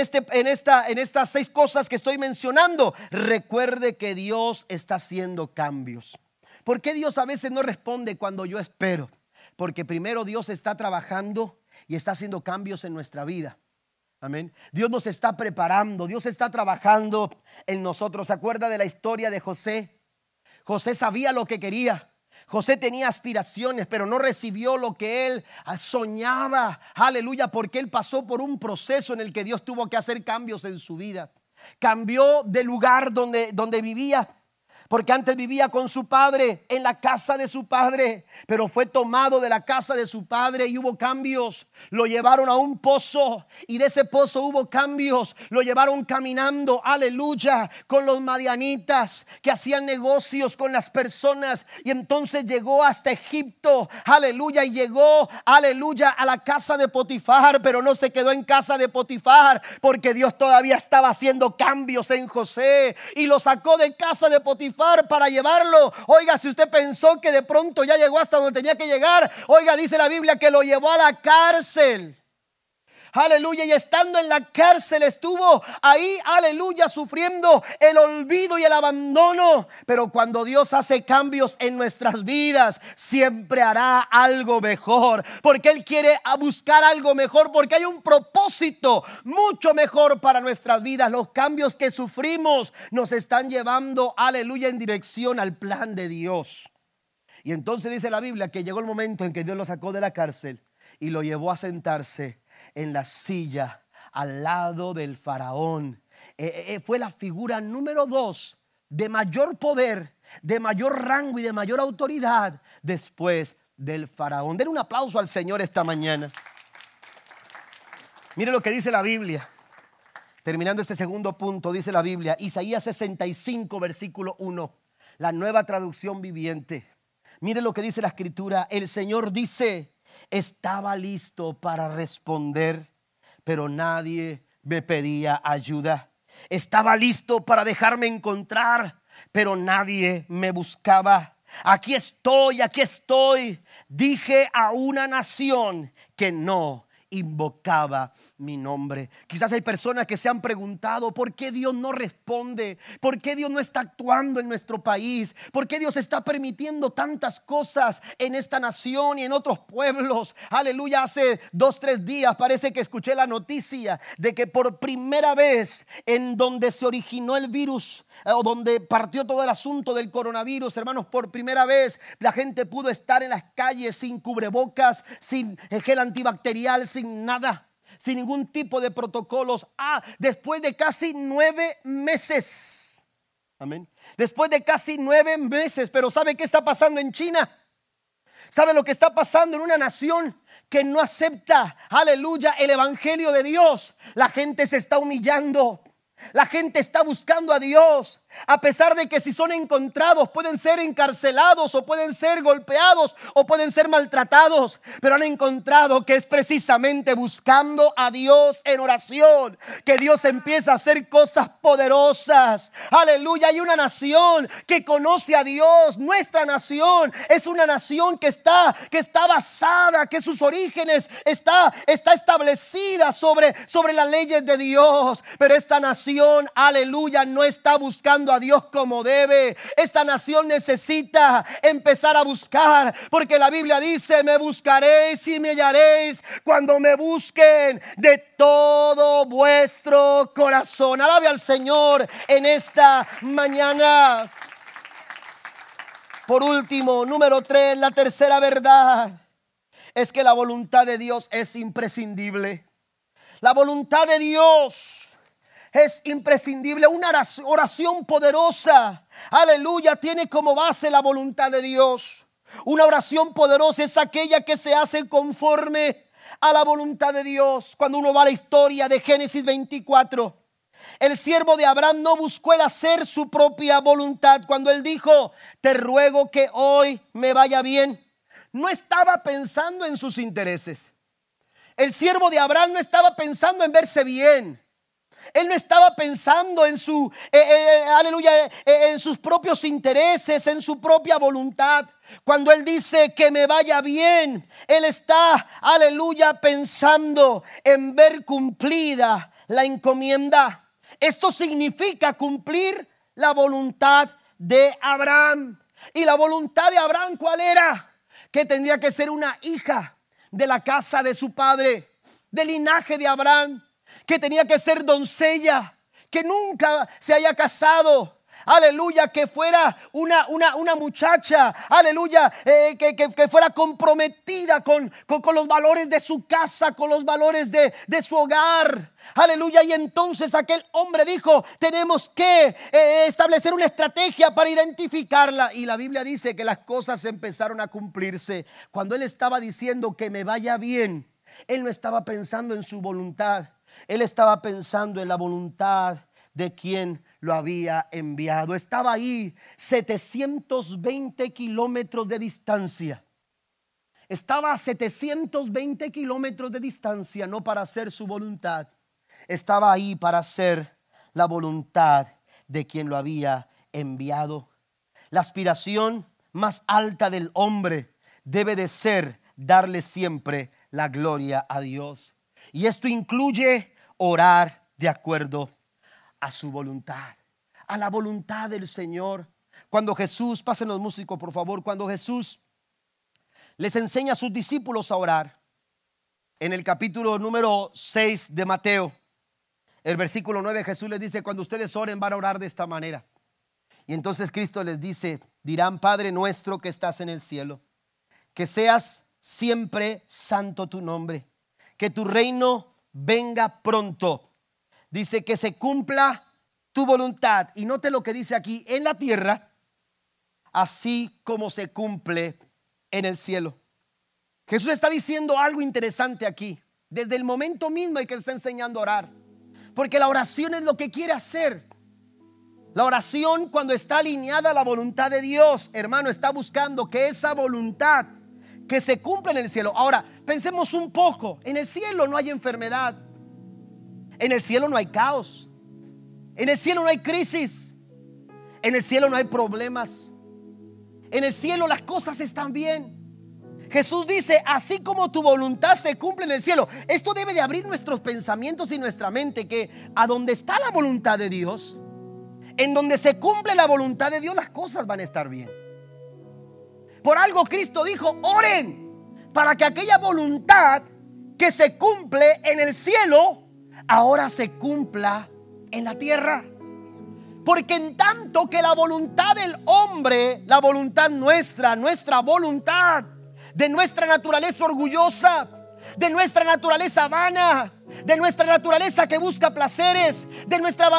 estas 6 cosas que estoy mencionando, recuerde que Dios está haciendo cambios. ¿Por qué Dios a veces no responde cuando yo espero? Porque primero Dios está trabajando y está haciendo cambios en nuestra vida. Amén. Dios nos está preparando, Dios está trabajando en nosotros. ¿Se acuerda de la historia de José? José sabía lo que quería. José tenía aspiraciones, pero no recibió lo que él soñaba. Aleluya, porque él pasó por un proceso en el que Dios tuvo que hacer cambios en su vida. Cambió de lugar donde vivía. Porque antes vivía con su padre, en la casa de su padre, pero fue tomado de la casa de su padre y hubo cambios. Lo llevaron a un pozo y de ese pozo hubo cambios. Lo llevaron caminando, aleluya, con los madianitas que hacían negocios con las personas. Y entonces llegó hasta Egipto, aleluya, y llegó, aleluya, a la casa de Potifar. Pero no se quedó en casa de Potifar, porque Dios todavía estaba haciendo cambios en José y lo sacó de casa de Potifar para llevarlo. Oiga, si usted pensó que de pronto ya llegó hasta donde tenía que llegar, oiga, dice la Biblia que lo llevó a la cárcel. Aleluya, y estando en la cárcel estuvo ahí, aleluya, sufriendo el olvido y el abandono. Pero cuando Dios hace cambios en nuestras vidas, siempre hará algo mejor, porque Él quiere buscar algo mejor, porque hay un propósito mucho mejor para nuestras vidas. Los cambios que sufrimos nos están llevando, aleluya, en dirección al plan de Dios. Y entonces dice la Biblia que llegó el momento en que Dios lo sacó de la cárcel y lo llevó a sentarse en la silla al lado del faraón. Fue la figura número 2 de mayor poder, de mayor rango y de mayor autoridad después del faraón. Den un aplauso al Señor esta mañana. Mire lo que dice la Biblia. Terminando este segundo punto, dice la Biblia, Isaías 65 versículo 1, la Nueva Traducción Viviente. Mire lo que dice la Escritura. El Señor dice: estaba listo para responder, pero nadie me pedía ayuda. Estaba listo para dejarme encontrar, pero nadie me buscaba. Aquí estoy. Dije a una nación que no invocaba mi nombre. Quizás hay personas que se han preguntado: ¿por qué Dios no responde? ¿Por qué Dios no está actuando en nuestro país? ¿Por qué Dios está permitiendo tantas cosas en esta nación y en otros pueblos? Aleluya, hace 2-3 días parece que escuché la noticia de que por primera vez en donde se originó el virus, o donde partió todo el asunto del coronavirus, hermanos, por primera vez la gente pudo estar en las calles sin cubrebocas, sin gel antibacterial, sin nada, sin ningún tipo de protocolos. Después de casi 9 meses. Amén. Después de casi 9 meses. Pero ¿sabe qué está pasando en China? ¿Sabe lo que está pasando en una nación que no acepta, aleluya, el evangelio de Dios? La gente se está humillando. La gente está buscando a Dios, a pesar de que si son encontrados pueden ser encarcelados o pueden ser golpeados o pueden ser maltratados, pero han encontrado que es precisamente buscando a Dios en oración que Dios empieza a hacer cosas poderosas. Aleluya. Hay una nación que conoce a Dios. Nuestra nación es una nación que está basada, que sus orígenes está establecida sobre las leyes de Dios. Pero esta nación, aleluya, no está buscando a Dios como debe. Esta nación necesita empezar a buscar, porque la Biblia dice: me buscaréis y me hallaréis cuando me busquen de todo vuestro corazón. Alabe al Señor en esta mañana. Por último, número 3, la tercera verdad es que la voluntad de Dios es imprescindible. La voluntad de Dios es imprescindible. Una oración poderosa, aleluya, tiene como base la voluntad de Dios. Una oración poderosa es aquella que se hace conforme a la voluntad de Dios. Cuando uno va a la historia de Génesis 24, el siervo de Abraham no buscó el hacer su propia voluntad. Cuando él dijo: te ruego que hoy me vaya bien, no estaba pensando en sus intereses. El siervo de Abraham no estaba pensando en verse bien. Él no estaba pensando en en sus propios intereses, en su propia voluntad. Cuando él dice que me vaya bien, él está, aleluya, pensando en ver cumplida la encomienda. Esto significa cumplir la voluntad de Abraham. ¿Y la voluntad de Abraham cuál era? Que tendría que ser una hija de la casa de su padre, del linaje de Abraham, que tenía que ser doncella, que nunca se haya casado. Aleluya, que fuera una muchacha, aleluya, que fuera comprometida con los valores de su casa, con los valores de su hogar. Aleluya. Y entonces aquel hombre dijo: tenemos que establecer una estrategia para identificarla. Y la Biblia dice que las cosas empezaron a cumplirse. Cuando él estaba diciendo que me vaya bien, él no estaba pensando en su voluntad. Él estaba pensando en la voluntad de quien lo había enviado. Estaba ahí 720 kilómetros de distancia. Estaba a 720 kilómetros de distancia, no para hacer su voluntad. Estaba ahí para hacer la voluntad de quien lo había enviado. La aspiración más alta del hombre debe de ser darle siempre la gloria a Dios. Y esto incluye orar de acuerdo a su voluntad, a la voluntad del Señor. Cuando Jesús, pasen los músicos por favor, cuando Jesús les enseña a sus discípulos a orar, en el capítulo número 6 de Mateo, el versículo 9, Jesús les dice: cuando ustedes oren van a orar de esta manera. Y entonces Cristo les dice: dirán: Padre nuestro que estás en el cielo, que seas siempre santo tu nombre, que tu reino venga pronto. Dice: que se cumpla tu voluntad. Y note lo que dice aquí: en la tierra, así como se cumple en el cielo. Jesús está diciendo algo interesante aquí, desde el momento mismo en que está enseñando a orar. Porque la oración es lo que quiere hacer. La oración, cuando está alineada a la voluntad de Dios, hermano, está buscando que esa voluntad que se cumpla en el cielo. Ahora, pensemos un poco. En el cielo no hay enfermedad. En el cielo no hay caos. En el cielo no hay crisis. En el cielo no hay problemas. En el cielo las cosas están bien. Jesús dice: así como tu voluntad se cumple en el cielo. Esto debe de abrir nuestros pensamientos y nuestra mente, que a donde está la voluntad de Dios, en donde se cumple la voluntad de Dios, las cosas van a estar bien. Por algo Cristo dijo: oren para que aquella voluntad que se cumple en el cielo ahora se cumpla en la tierra. Porque en tanto que la voluntad del hombre, la voluntad nuestra voluntad, de nuestra naturaleza orgullosa, de nuestra naturaleza vana, de nuestra naturaleza que busca placeres, de nuestra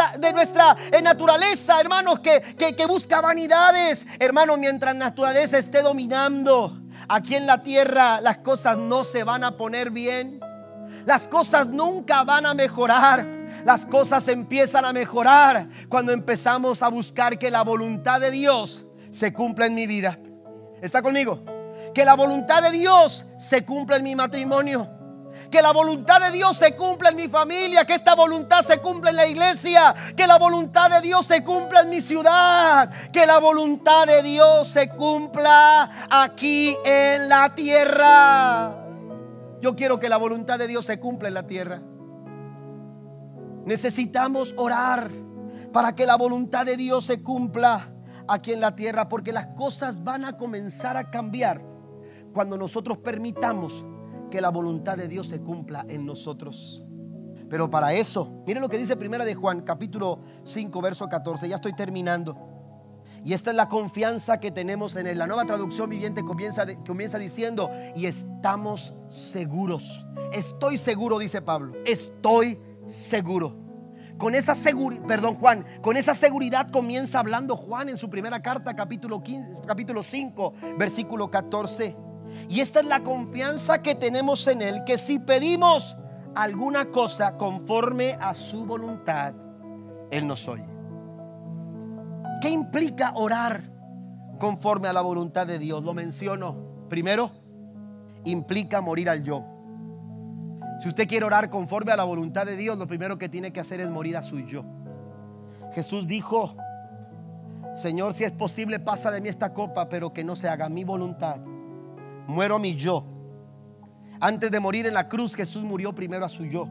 naturaleza, hermanos, que busca vanidades, hermanos, mientras naturaleza esté dominando aquí en la tierra, las cosas no se van a poner bien. Las cosas nunca van a mejorar. Las cosas empiezan a mejorar cuando empezamos a buscar que la voluntad de Dios se cumpla en mi vida. ¿Está conmigo? Que la voluntad de Dios se cumpla en mi matrimonio. Que la voluntad de Dios se cumpla en mi familia. Que esta voluntad se cumpla en la iglesia. Que la voluntad de Dios se cumpla en mi ciudad. Que la voluntad de Dios se cumpla aquí en la tierra. Yo quiero que la voluntad de Dios se cumpla en la tierra. Necesitamos orar para que la voluntad de Dios se cumpla aquí en la tierra, porque las cosas van a comenzar a cambiar cuando nosotros permitamos que la voluntad de Dios se cumpla en nosotros. Pero para eso, miren lo que dice Primera de Juan, capítulo 5, verso 14. Ya estoy terminando. Y esta es la confianza que tenemos en él. La Nueva Traducción Viviente comienza diciendo: y estamos seguros. Estoy seguro, dice Pablo. Estoy seguro. Con esa seguridad comienza hablando Juan en su primera carta, capítulo 5, versículo 14. Y esta es la confianza que tenemos en él, que si pedimos alguna cosa conforme a su voluntad, él nos oye. ¿Qué implica orar conforme a la voluntad de Dios? Lo menciono. Primero, implica morir al yo. Si usted quiere orar conforme a la voluntad de Dios, lo primero que tiene que hacer es morir a su yo. Jesús dijo: Señor, si es posible, pasa de mí esta copa, pero que no se haga mi voluntad. Muero a mi yo. Antes de morir en la cruz, Jesús murió primero a su yo.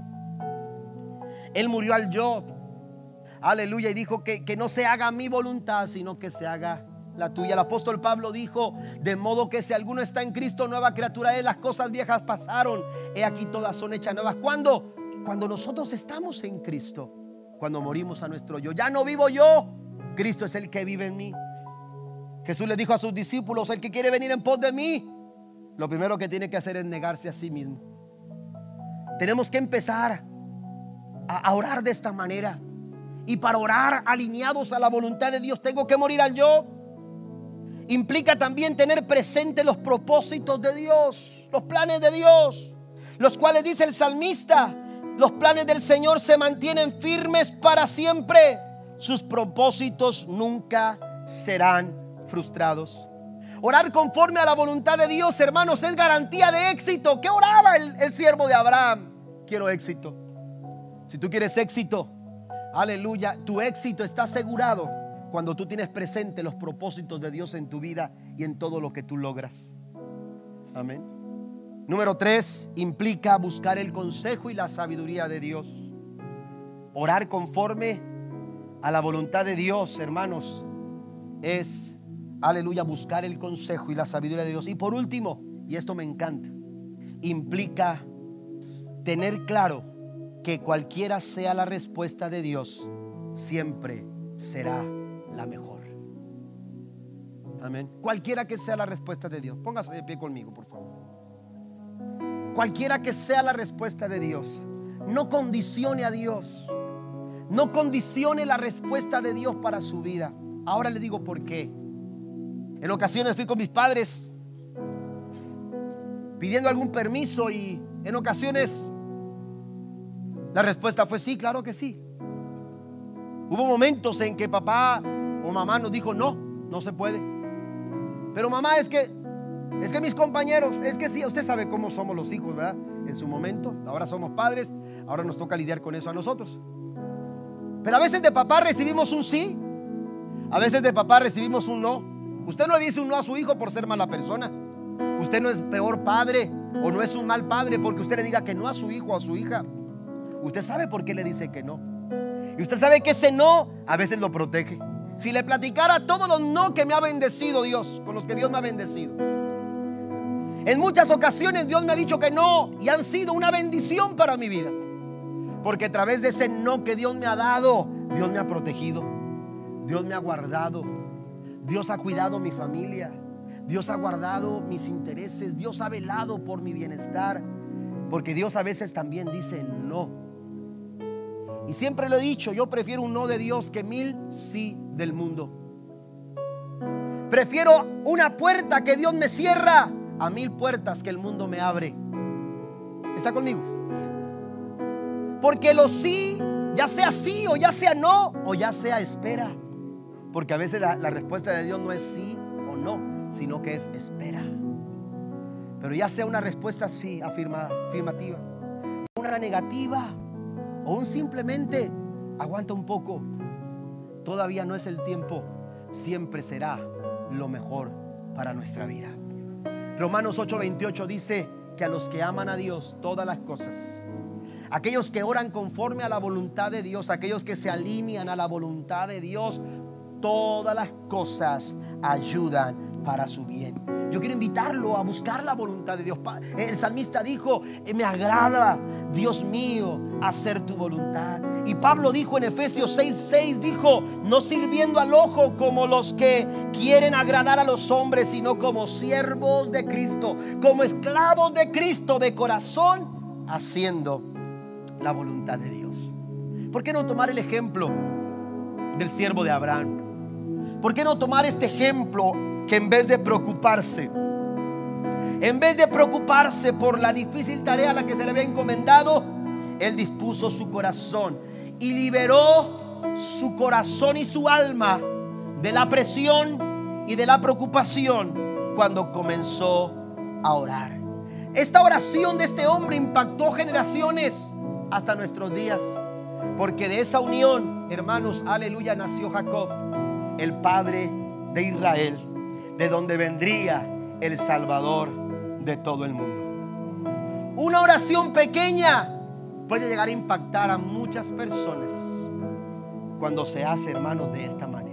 Él murió al yo. Aleluya. Y dijo que no se haga mi voluntad, sino que se haga la tuya. El apóstol Pablo dijo: de modo que si alguno está en Cristo, nueva criatura es. Las cosas viejas pasaron, he aquí todas son hechas nuevas. ¿Cuándo? Cuando nosotros estamos en Cristo. Cuando morimos a nuestro yo. Ya no vivo yo, Cristo es el que vive en mí. Jesús le dijo a sus discípulos: el que quiere venir en pos de mí, lo primero que tiene que hacer es negarse a sí mismo. Tenemos que empezar a orar de esta manera. Y para orar alineados a la voluntad de Dios, tengo que morir al yo. Implica también tener presente los propósitos de Dios, los planes de Dios, los cuales, dice el salmista, los planes del Señor se mantienen firmes para siempre. Sus propósitos nunca serán frustrados. Orar conforme a la voluntad de Dios, hermanos, es garantía de éxito. ¿Qué oraba el siervo de Abraham? Quiero éxito. Si tú quieres éxito, aleluya, tu éxito está asegurado cuando tú tienes presente los propósitos de Dios en tu vida y en todo lo que tú logras. Amén. Número 3, implica buscar el consejo y la sabiduría de Dios. Orar conforme a la voluntad de Dios, hermanos, es, aleluya, buscar el consejo y la sabiduría de Dios. Y por último, y esto me encanta, implica tener claro que cualquiera sea la respuesta de Dios, siempre será la mejor. Amén. Cualquiera que sea la respuesta de Dios. Póngase de pie conmigo, por favor. Cualquiera que sea la respuesta de Dios, no condicione a Dios. No condicione la respuesta de Dios para su vida. Ahora le digo por qué. En ocasiones fui con mis padres pidiendo algún permiso y en ocasiones la respuesta fue sí, claro que sí. Hubo momentos en que papá o mamá nos dijo no se puede. Pero mamá, es que mis compañeros, es que sí, usted sabe cómo somos los hijos, ¿verdad? En su momento, ahora somos padres, ahora nos toca lidiar con eso a nosotros. Pero a veces de papá recibimos un sí, a veces de papá recibimos un no. Usted no le dice un no a su hijo por ser mala persona. Usted no es peor padre o no es un mal padre porque usted le diga que no a su hijo o a su hija. Usted sabe por qué le dice que no. Y usted sabe que ese no a veces lo protege. Si le platicara todos los no que me ha bendecido Dios, con los que Dios me ha bendecido, en muchas ocasiones Dios me ha dicho que no y han sido una bendición para mi vida. Porque a través de ese no que Dios me ha dado, Dios me ha protegido, Dios me ha guardado, Dios ha cuidado mi familia, Dios ha guardado mis intereses, Dios ha velado por mi bienestar. Porque Dios a veces también dice no. Y siempre lo he dicho, yo prefiero un no de Dios que 1000 sí del mundo. Prefiero una puerta que Dios me cierra a 1000 puertas que el mundo me abre. ¿Está conmigo? Porque los sí Ya sea sí o ya sea no, o ya sea espera. Porque a veces la respuesta de Dios no es sí o no, sino que es espera. Pero ya sea una respuesta sí, afirmativa, una negativa, o un simplemente aguanta un poco, todavía no es el tiempo, siempre será lo mejor para nuestra vida. Romanos 8:28 dice que a los que aman a Dios, todas las cosas, aquellos que oran conforme a la voluntad de Dios, aquellos que se alinean a la voluntad de Dios, todas las cosas ayudan para su bien. Yo quiero invitarlo a buscar la voluntad de Dios. El salmista dijo: me agrada, Dios mío, hacer tu voluntad. Y Pablo dijo en Efesios 6:6, dijo: no sirviendo al ojo como los que quieren agradar a los hombres, sino como siervos de Cristo, como esclavos de Cristo de corazón, haciendo la voluntad de Dios. ¿Por qué no tomar el ejemplo del siervo de Abraham? ¿Por qué no tomar este ejemplo que en vez de preocuparse por la difícil tarea a la que se le había encomendado, él dispuso su corazón y liberó su corazón y su alma de la presión y de la preocupación cuando comenzó a orar? Esta oración de este hombre impactó generaciones hasta nuestros días, porque de esa unión, hermanos, aleluya, nació Jacob, el padre de Israel, de donde vendría el Salvador de todo el mundo. Una oración pequeña puede llegar a impactar a muchas personas cuando se hace, hermanos, de esta manera.